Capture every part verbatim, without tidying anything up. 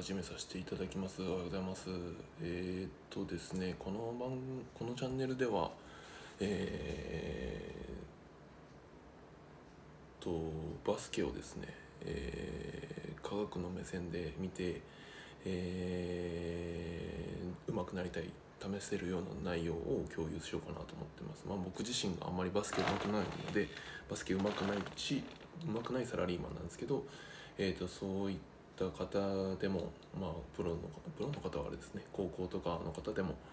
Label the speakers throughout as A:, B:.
A: 始めさせていただきます。おはようございます。えー、っとですね、この番このチャンネルでは、えー、っとバスケをですね、えー、科学の目線で見て、えー、上手くなりたい、試せるような内容を共有しようかなと思ってます。まあ、僕自身があんまりバスケ上手くないので、バスケ上手くないし、上手くないサラリーマンなんですけど、えー、とそういった方でも、まあ、プロのプロの方はあれですね、高校とかの方でも、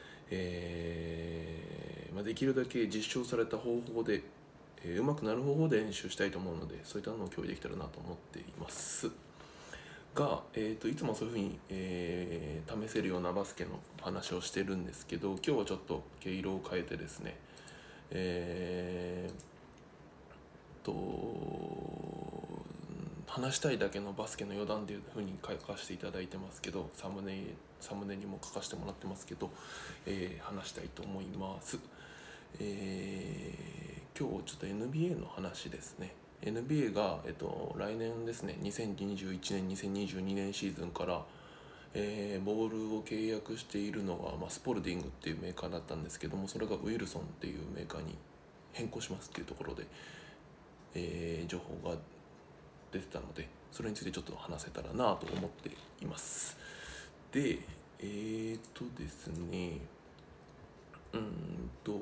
A: えーまあ、できるだけ実証された方法で、えー、上手くなる方法で練習したいと思うので、そういったのを共有できたらなと思っていますが、えー、といつもそういうふうに、えー試せるようなバスケの話をしてるんですけど、今日はちょっと毛色を変えてですね、えー、と話したいだけのバスケの余談っていう風に書かせていただいてますけど、サムネサムネにも書かせてもらってますけど、えー話したいと思います。えー今日ちょっと エヌビーエー の話ですね。 エヌビーエー が、えっと、来年ですね、にせんにじゅういちねんにせんにじゅうにねんシーズンから、えーボールを契約しているのは、まあ、スポルディングっていうメーカーだったんですけども、それがウィルソンっていうメーカーに変更しますっていうところで、えー情報が出てたので、それについてちょっと話せたらなと思っています。で、えーとですね、うーんと、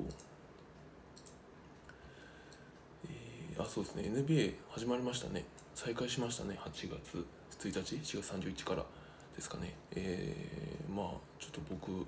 A: えー、あ、そうですね、エヌビーエー 始まりましたね。再開しましたね、はちがつついたち、しちがつさんじゅういちからですかね。えー、まあ、ちょっと僕、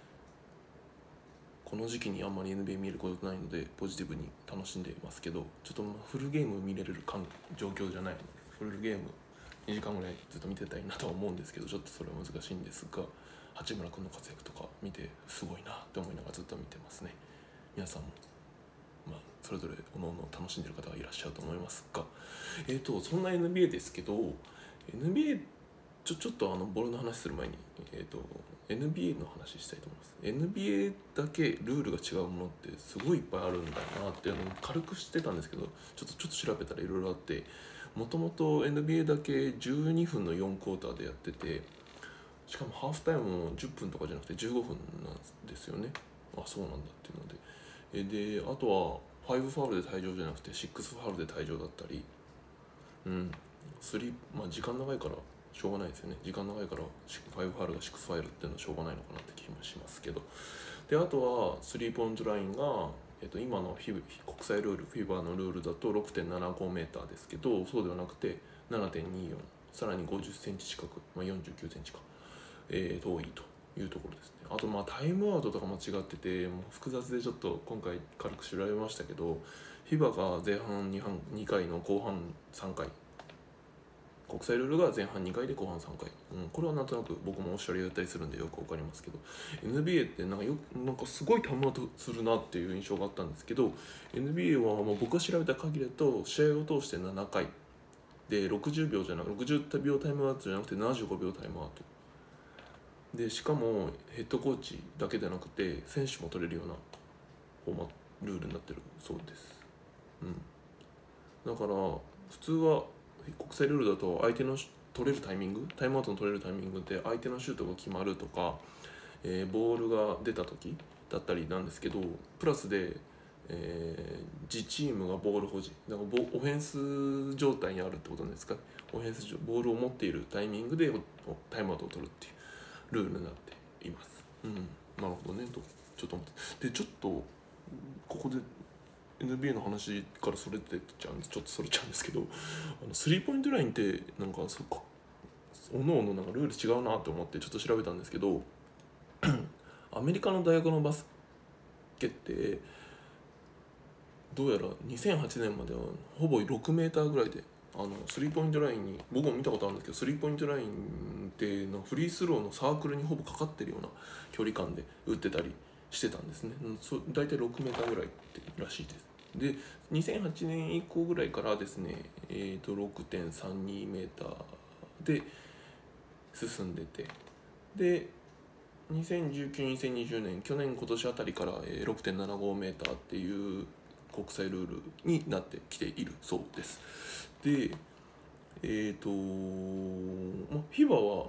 A: この時期にあんまり エヌビーエー 見ることないので、ポジティブに楽しんでいますけど、ちょっとフルゲーム見れる状況じゃないので、フルゲームにじかんぐらいずっと見てたいなとは思うんですけど、ちょっとそれは難しいんですが、八村君の活躍とか見てすごいなって思いながらずっと見てますね。皆さんも、まあ、それぞれ各々楽しんでる方がいらっしゃると思いますが、えーとそんな エヌビーエー ですけど、 エヌビーエー ちょちょっとあのボールの話する前に、えーと エヌビーエー の話したいと思います。 エヌビーエー だけルールが違うものってすごいいっぱいあるんだなっていうのを軽く知ってたんですけど、ちょっとちょっと調べたらいろいろあって、もともと エヌビーエー だけじゅうにふんのよんクォーターでやってて、しかもハーフタイムもじゅっぷんとかじゃなくてじゅうごふんなんですよね。あ、そうなんだっていうので、えであとはファイブファウルで退場じゃなくてシックスファウルで退場だったり、うんスリー、まあ時間長いからしょうがないですよね。時間長いからファイブファウルがシックスファウルっていうのはしょうがないのかなって気もしますけど、であとはスリーポイントラインが、えっと、今のフィ国際ルール、フィバーのルールだと ろくてんななごメーターですけど、そうではなくて ななてんにじゅうよん、さらにごじゅっセンチ近く、まあ、よんじゅうきゅうセンチか、えー、遠いというところですね。あとまあタイムアウトとか間違ってて、もう複雑でちょっと今回軽く調べましたけど、フィバが前半 2, 半にかいの後半さんかい、国際ルールが前半にかいで後半さんかい、うん、これはなんとなく僕もおっしゃりやったりするんでよくわかりますけど、 エヌビーエー ってなんかよなんかすごいタイムアウトするなっていう印象があったんですけど、 エヌビーエー はもう僕が調べた限りだと試合を通してななかいでろくじゅうびょうじゃなくろくじゅうびょうタイムアウトじゃなくてななじゅうごびょうタイムアウトで、しかもヘッドコーチだけでなくて選手も取れるようなフォーマルールになってるそうです。うん、だから普通は国際ルールだと相手の取れるタイミング、タイムアウトの取れるタイミングで相手のシュートが決まるとか、えーボールが出た時だったりなんですけど、プラスで、えー自チームがボール保持、だからボオフェンス状態にあるってことなんですか。オフェンス上ボールを持っているタイミングでタイムアウトを取るっていうルールになっています。うん、なるほどねとちょっと思ってで、ちょっとここで エヌビーエー の話からそれてっちゃうんですちょっとそれちゃうんですけど、あのスリーポイントラインってなんかそっか、おのおのなんかルール違うなと思ってちょっと調べたんですけど、アメリカの大学のバスケってどうやらにせんはちねんまではほぼろくメーターぐらいで、あのスリーポイントラインに、僕も見たことあるんですけど、スリーポイントラインってのフリースローのサークルにほぼかかってるような距離感で打ってたりしてたんですね。そ大体ろくメーターぐらいってらしいです。でにせんはちねん以降ぐらいからですね、えー、と ろくてんさんにメーターで進んでて、でにせんじゅうきゅう、にせんにじゅうねん、去年今年あたりから ろくてんななごメーターっていう国際ルールになってきているそうです。で、えっ、ー、と、まあ、フィバは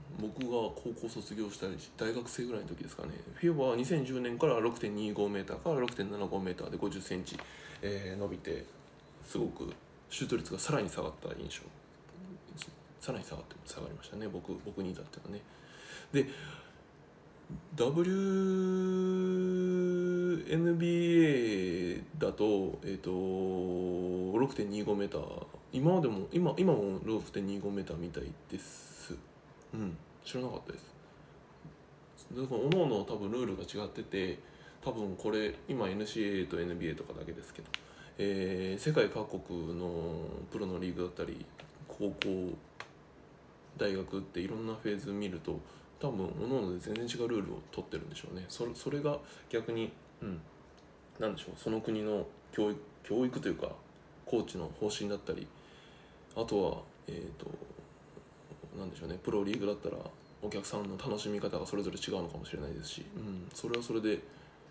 A: 僕が高校卒業したり大学生ぐらいの時ですかね。フィーバはにせんじゅうねんから ろくてんにじゅうごメーターから ろくてんななじゅうごメーターでごじゅっセンチ、えー伸びて、すごくシュート率がさらに下がった印象、さらに下がって下がりましたね、僕僕に至ってはね。で ダブリューエヌビーエー だと、えー、と ろくてんにじゅうごメーター、今までも今今も ろくてんにじゅうごメーターみたいです。うん、知らなかったです。だから各々多分ルールが違ってて、多分これ今 エヌシーエー と エヌビーエー とかだけですけど、えー世界各国のプロのリーグだったり高校大学っていろんなフェーズ見ると、多分各々で全然違うルールを取ってるんでしょうね。それそれが逆に、うん、なんでしょう、その国の教育教育というかコーチの方針だったり、あとはえっ、となんでしょうね、プロリーグだったらお客さんの楽しみ方がそれぞれ違うのかもしれないですし、うん、それはそれで、うん、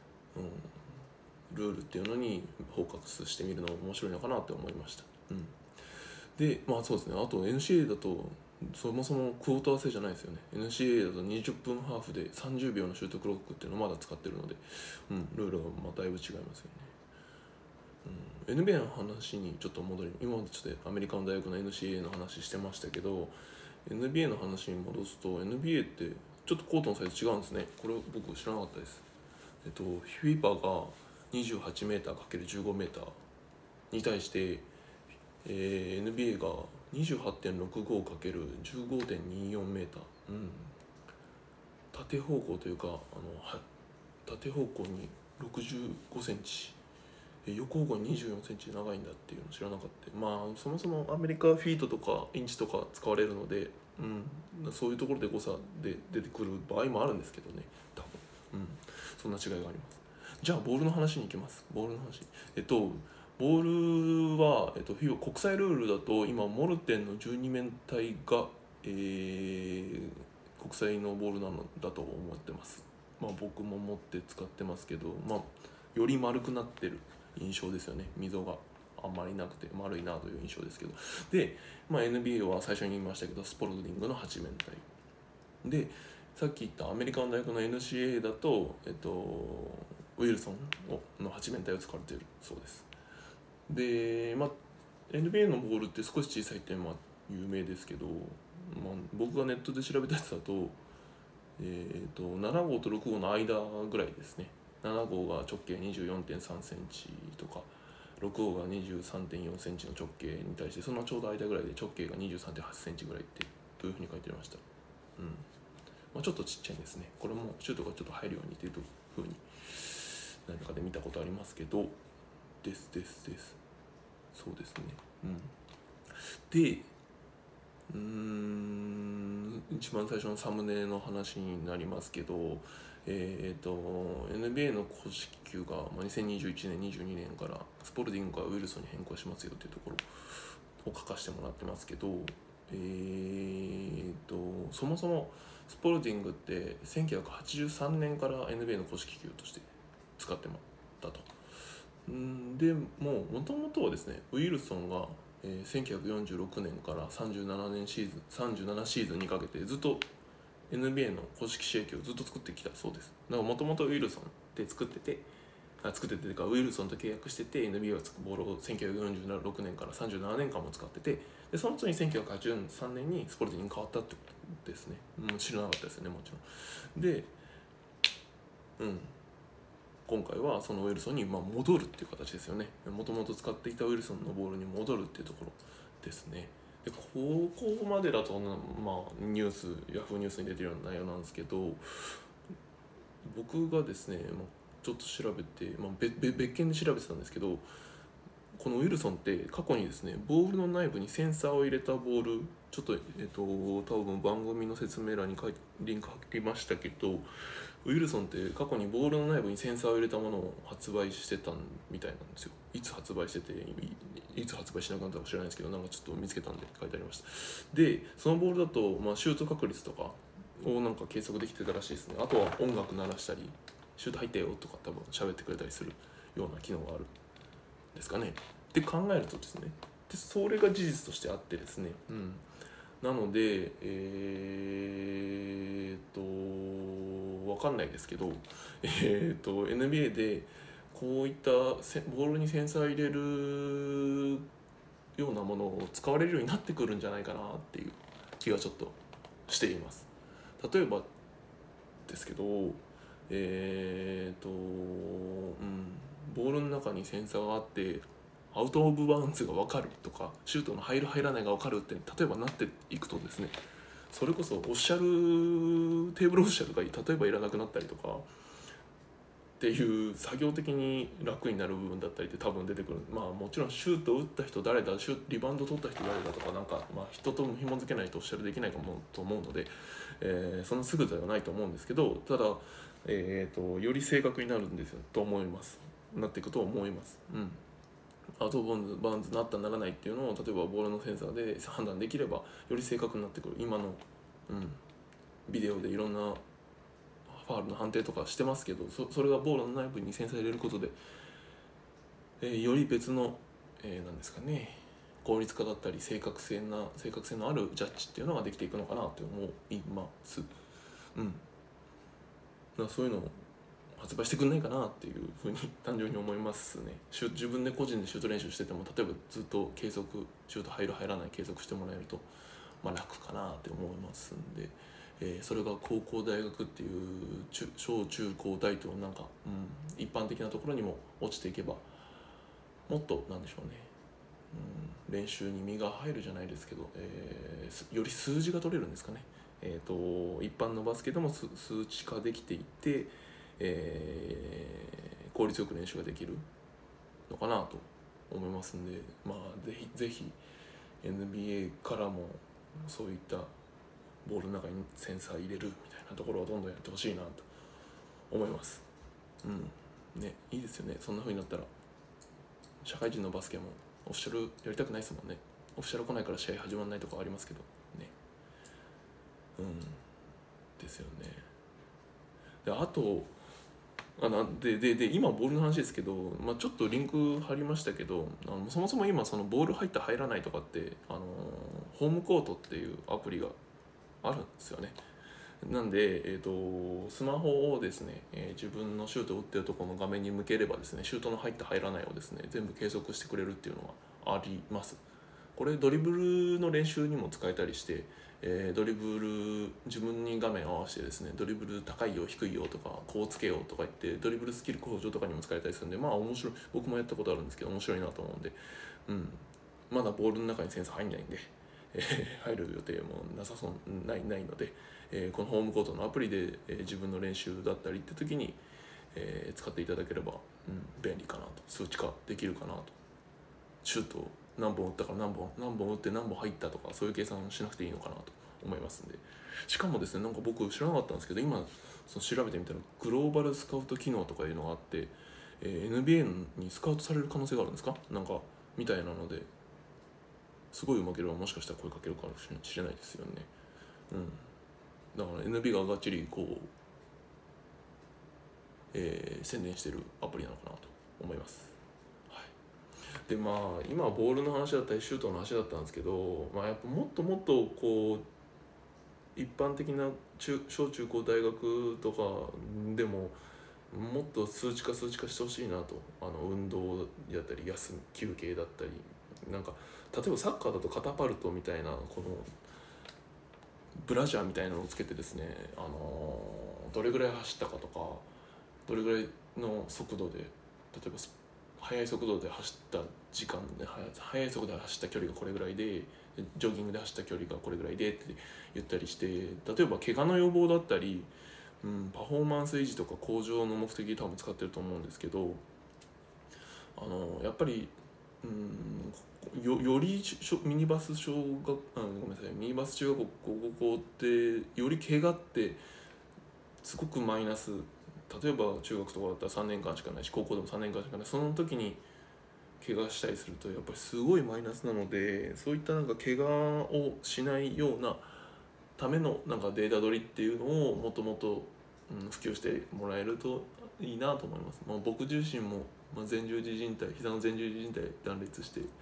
A: ルールっていうのにフォーカスしてみるのも面白いのかなって思いました。うん、でまあそうですね、あと エヌシーエー だとそもそもクォーター制じゃないですよね。 エヌシーエー だとにじゅっぷんハーフでさんじゅうびょうのシュートクロックっていうのをまだ使ってるので、うん、ルールがまあだいぶ違いますよね。うん、エヌビーエー の話にちょっと戻り、今までちょっとアメリカの大学の エヌシーエー の話してましたけど、 エヌビーエー の話に戻すと エヌビーエー ってちょっとコートのサイズ違うんですね。これ僕知らなかったです。えっとフィーバーが にじゅうはちメーター ×じゅうごメーター に対して、えー、エヌビーエー が にじゅうはちてんろくごかけるじゅうごてんにじゅうよんメーター、うん、縦方向というかあのは縦方向にろくじゅうごセンチ、横方向ににじゅうよんセンチ長いんだっていうのを知らなかった。まあそもそもアメリカはフィートとかインチとか使われるので、うん、そういうところで誤差で出てくる場合もあるんですけどね、多分、うん、そんな違いがあります。じゃあボールの話に行きます。ボールの話、えっとボールは、えっと、フィーバ国際ルールだと今モルテンのじゅうに面体が、えー国際のボールなのだと思ってます。まあ僕も持って使ってますけど、まあより丸くなってる印象ですよね。溝があんまりなくて丸いなという印象ですけど、で、まあ、エヌビーエー は最初に言いましたけどスポルディングのはち面体で、さっき言ったアメリカの大学の エヌシーエー だと、えっと、ウィルソンのはち面体を使われているそうです。で、まあ、エヌビーエー のボールって少し小さいっていうのは有名ですけど、まあ、僕がネットで調べたやつだと、えー、となな号とろく号の間ぐらいですね。なな号が直径 にじゅうよんてんさんセンチとか、ろく号が にじゅうさんてんよんセンチの直径に対して、そのちょうど間ぐらいで直径が にじゅうさんてんはちセンチぐらいってどういうふうに書いてありました。うん、まあ、ちょっとちっちゃいですね。これもシュートがちょっと入るようにというふうに何かで見たことありますけど、ですですですそうですね。うん、でうーん一番最初のサムネの話になりますけど、えー、と エヌビーエー の公式球がにせんにじゅういちねんにじゅうにねんからスポルディングからウィルソンに変更しますよというところを書かせてもらってますけど、えー、とそもそもスポルディングってせんきゅうひゃくはちじゅうさんねんから エヌビーエー の公式球として使ってもらったと。んでももともとはですね、ウィルソンがえー、せんきゅうひゃくよんじゅうろくねんからさんじゅうななねんシーズンさんじゅうななシーズンにかけてずっと エヌビーエー の公式試合球をずっと作ってきたそうです。だからもともとウィルソンで作っててあ作っててかウィルソンと契約してて エヌビーエー はつくボールをせんきゅうひゃくよんじゅうろくねんからさんじゅうななねんかんも使ってて、でその後にせんきゅうひゃくはちじゅうさんねんにスポルティに変わったってことですね。もう知らなかったですよね、もちろん。で、うん今回はそのウィルソンにまあ戻るっていう形ですよね。もともと使っていたウィルソンのボールに戻るっていうところですね。でここまでだと、まあ、ニュースヤフーニュースに出てるような内容なんですけど、僕がですね、まあ、ちょっと調べて、まあ、別別件で調べてたんですけど、このウィルソンって過去にですねボールの内部にセンサーを入れたボール、ちょっとえっと多分番組の説明欄に書いリンク貼りましたけど、ウィルソンって過去にボールの内部にセンサーを入れたものを発売してたみたいなんですよ。いつ発売してていつ発売しなくなったか知らないですけど、なんかちょっと見つけたんで書いてありました。でそのボールだと、まあ、シュート確率とかをなんか計測できてたらしいですね。あとは音楽鳴らしたりシュート入ったよとか多分喋ってくれたりするような機能があるんですかねって考えるとですね、でそれが事実としてあってですね、うんなのでえー、っと分かんないですけど、えー、っと エヌビーエー でこういったボールにセンサー入れるようなものを使われるようになってくるんじゃないかなっていう気がちょっとしています。例えばですけどえー、っとうんボールの中にセンサーがあってアウトオブバウンズが分かるとかシュートの入る入らないが分かるって例えばなっていくとですね、それこそオフィシャルテーブルオフィシャルが例えばいらなくなったりとかっていう作業的に楽になる部分だったりって多分出てくる。まあもちろんシュート打った人誰だ、シュリバウンド取った人誰だとかなんか、まあ、人と紐付けないとオフィシャルできないかもと思うので、えー、そのすぐではないと思うんですけど、ただ、えー、とより正確になるんですよと思いますなっていくと思います。うんアウトボーンズバウンズなったならないっていうのを例えばボールのセンサーで判断できればより正確になってくる。今の、うん、ビデオでいろんなファールの判定とかしてますけど、 そ, それがボールの内部にセンサー入れることで、えー、より別の、えー、なんですかね効率化だったり正確性な正確性のあるジャッジっていうのができていくのかなと思います。うん、だからそういうのを発売してくんないかなっていうふうに単純に思いますね。自分で個人でシュート練習してても例えばずっと継続シュート入る入らない継続してもらえると、まあ、楽かなって思いますんで、えー、それが高校大学っていう中小中高大となんか、うん、一般的なところにも落ちていけばもっとなんでしょうね、うん、練習に身が入るじゃないですけど、えー、より数字が取れるんですかね。えー、と一般のバスケでも数値化できていて、えー、効率よく練習ができるのかなと思いますんで、まあぜひぜひ エヌビーエー からもそういったボールの中にセンサー入れるみたいなところはどんどんやってほしいなと思います。うんね、いいですよね。そんな風になったら社会人のバスケもオフィシャルやりたくないですもんね。オフィシャル来ないから試合始まらないとかありますけどね。うんですよね。であとあのででで今ボールの話ですけど、まあ、ちょっとリンク貼りましたけど、あのそもそも今そのボール入った入らないとかってあのホームコートっていうアプリがあるんですよね。なんで、えー、とスマホをですね、えー自分のシュートを打ってるところの画面に向ければですね、シュートの入った入らないをですね全部計測してくれるっていうのがあります。これドリブルの練習にも使えたりして、えードリブル自分に画面を合わせてですね、ドリブル高いよ低いよとかこうつけようとか言ってドリブルスキル向上とかにも使えたりするんで、まあ面白い。僕もやったことあるんですけど面白いなと思うんで、うん、まだボールの中にセンサー入んないんで、えー入る予定もなさそうないないので、えーこのホームコートのアプリで、えー自分の練習だったりって時に、えー使っていただければ、うん、便利かなと、数値化できるかなと。シュートを何本打ったから何本何本打って何本入ったとかそういう計算をしなくていいのかなと思いますんで、しかもですね、なんか僕知らなかったんですけど、今その調べてみたらグローバルスカウト機能とかいうのがあって、えー エヌビーエー にスカウトされる可能性があるんですかなんかみたいなので、すごいうまければもしかしたら声かけるかもしれないですよね。うん、だから エヌビー ががっちりこう、えー宣伝してるアプリなのかなと思います。でまあ今はボールの話だったりシュートの話だったんですけど、まあ、やっぱもっともっとこう一般的な中小中高大学とかでももっと数値化数値化してほしいなと。あの運動だったり休み休憩だったり、なんか例えばサッカーだとカタパルトみたいなこのブラジャーみたいなのをつけてですね、あのどれぐらい走ったかとかどれぐらいの速度で、例えば速い速度で走った時間で速い速度で走った距離がこれぐらいでジョギングで走った距離がこれぐらいでって言ったりして、例えば怪我の予防だったり、うん、パフォーマンス維持とか向上の目的で多分使ってると思うんですけど、あのやっぱり、うん、よ, よりミニバス小学あごめんなさいミニバス中学校高校ってより怪我ってすごくマイナス。例えば中学とかだったらさんねんかんしかないし高校でもさんねんかんしかない。その時に怪我したりするとやっぱりすごいマイナスなので、そういったなんか怪我をしないようなためのなんかデータ取りっていうのをもっともっと、うん、普及してもらえるといいなと思います。まあ、僕自身も前十字靭帯膝の前十字靭帯断裂して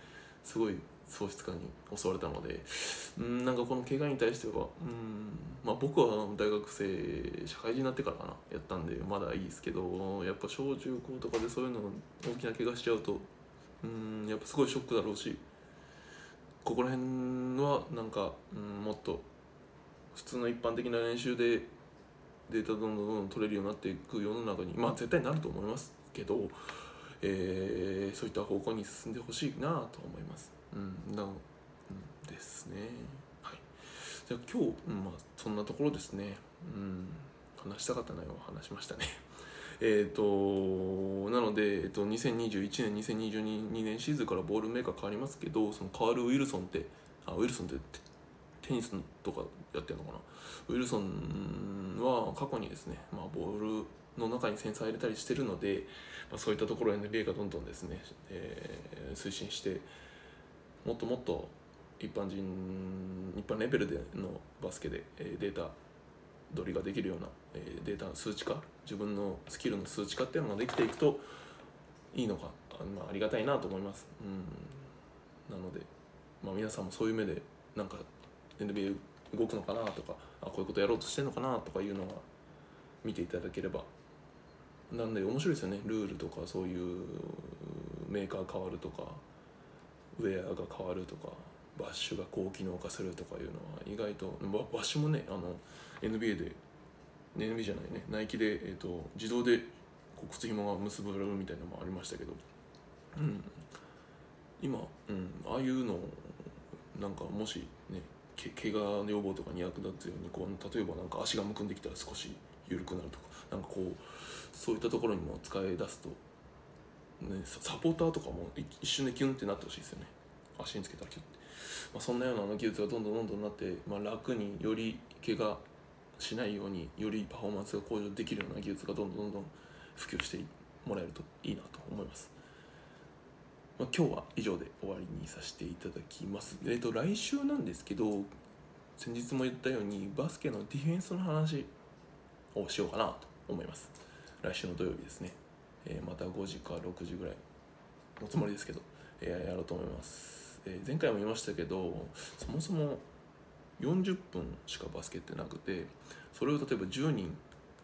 A: すごい喪失感に襲われたので、うんなんかこの怪我に対しては、うんまあ、僕は大学生社会人になってからかなやったんでまだいいですけど、やっぱ小中高とかでそういうの大きな怪我しちゃうとうんやっぱすごいショックだろうし、ここら辺はなんか、うん、もっと普通の一般的な練習でデータどんどんどんどん取れるようになっていく世の中にまあ絶対なると思いますけど、えー、そういった方向に進んでほしいなと思います。うんな、うん、ですね。はい。じゃあ今日、うんまあ、そんなところですね。うん話したかった内容を話しましたね。えっとなので、えっと、にせんにじゅういちねんにせんにじゅうにねんシーズンからボールメーカー変わりますけど、その変わるウィルソンってあウィルソンってテニスとかやってるのかな。ウィルソンは過去にですね、まあ、ボールの中にセンサー入れたりしてるので、まあ、そういったところ エヌビーエー がどんどんですね、えー、推進してもっともっと一般人一般レベルでのバスケでデータ取りができるようなデータの数値化、自分のスキルの数値化っていうのができていくといいのか、あ、まあ、ありがたいなと思います。うんなので、まあ、皆さんもそういう目でなんか エヌビーエー 動くのかなとか、あこういうことやろうとしてるのかなとかいうのは見ていただければ。なんで面白いですよね。ルールとかそういうメーカー変わるとかウェアが変わるとかバッシュが高機能化するとかいうのは意外とバッシュもね、あの エヌビーエー で エヌビーエー じゃないねナイキで、えー、と自動で靴紐が結ばれるみたいなのもありましたけど、うん、今、うん、ああいうのなんかもしねけ怪我予防とかに役立つようにこう例えばなんか足がむくんできたら少し緩くなるとかなんかこうそういったところにも使い出すと、ね、サポーターとかも一瞬でキュンってなってほしいですよね。足につけたらキュンって、まあ、そんなような技術がどんどんどんどんなって、まあ、楽により怪我しないようによりパフォーマンスが向上できるような技術がどんどんどんどん普及してもらえるといいなと思います。まあ、今日は以上で終わりにさせていただきます。えっと来週なんですけど、先日も言ったようにバスケのディフェンスの話をしようかなと思います。来週の土曜日ですね、えー、またごじかろくじぐらいのつもりですけど、えー、やろうと思います。えー、前回も言いましたけど、そもそもよんじゅっぷんしかバスケってなくて、それを例えばじゅうにん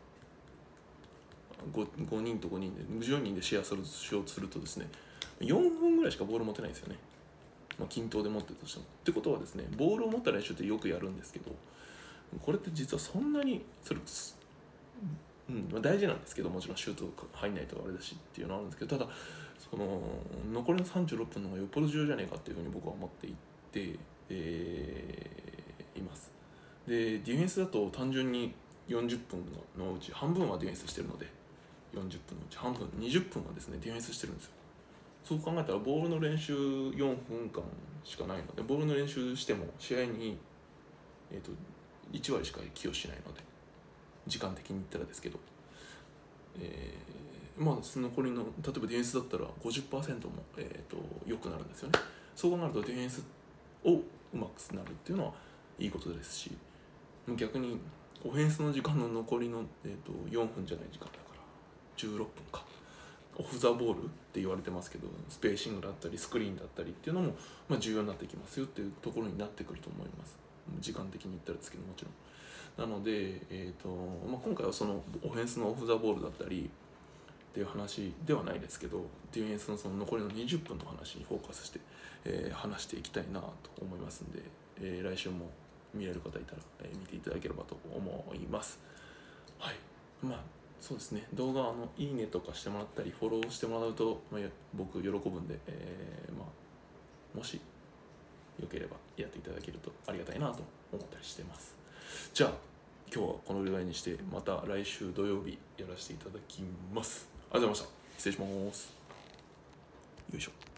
A: 5, 5人とごにんでじゅうにんでシェアするしようとするとですね、よんぷんぐらいしかボール持てないんですよね。まあ、均等で持ってるとしても。ってことはですね、ボールを持った練習ってよくやるんですけど、これって実はそんなにそれ、うんまあ、大事なんですけど、もちろんシュート入んないとあれだしっていうのはあるんですけど、ただその残りのさんじゅうろっぷんの方がよっぽど重要じゃないかっていうふうに僕は思っていて、えー、います。でディフェンスだと単純によんじゅっぷんのうち半分はディフェンスしてるので、よんじゅっぷんのうち半分にじゅっぷんはですねディフェンスしてるんですよ。そう考えたらボールの練習よんぷんかんしかないので、ボールの練習しても試合に、えー、といちわりしか寄与しないので、時間的に言ったらですけど、えー、まあその残りの例えばディフェンスだったら ごじゅっパーセント も、えー、と良くなるんですよね。そう考えるとディフェンスをうまくなるっていうのはいいことですし、逆にオフェンスの時間の残りの、えー、とよんぷんじゃない時間だからじゅうろっぷんか、オフ・ザ・ボールって言われてますけど、スペーシングだったりスクリーンだったりっていうのも、まあ、重要になってきますよっていうところになってくると思います。時間的に言ったらですけど、もちろんなので、えーとまあ、今回はそのオフェンスのオフ・ザ・ボールだったりっていう話ではないですけど、ディフェンスのその残りのにじゅっぷんの話にフォーカスして、えー、話していきたいなと思いますんで、えー、来週も見れる方いたら、えー、見ていただければと思います。はい、まあそうですね、動画あのいいねとかしてもらったりフォローしてもらうと、まあ、僕喜ぶんで、えーまあ、もしよければやっていただけるとありがたいなと思ったりしています。じゃあ今日はこのぐらいにして、また来週土曜日やらせていただきます。ありがとうございました。失礼します。よいしょ。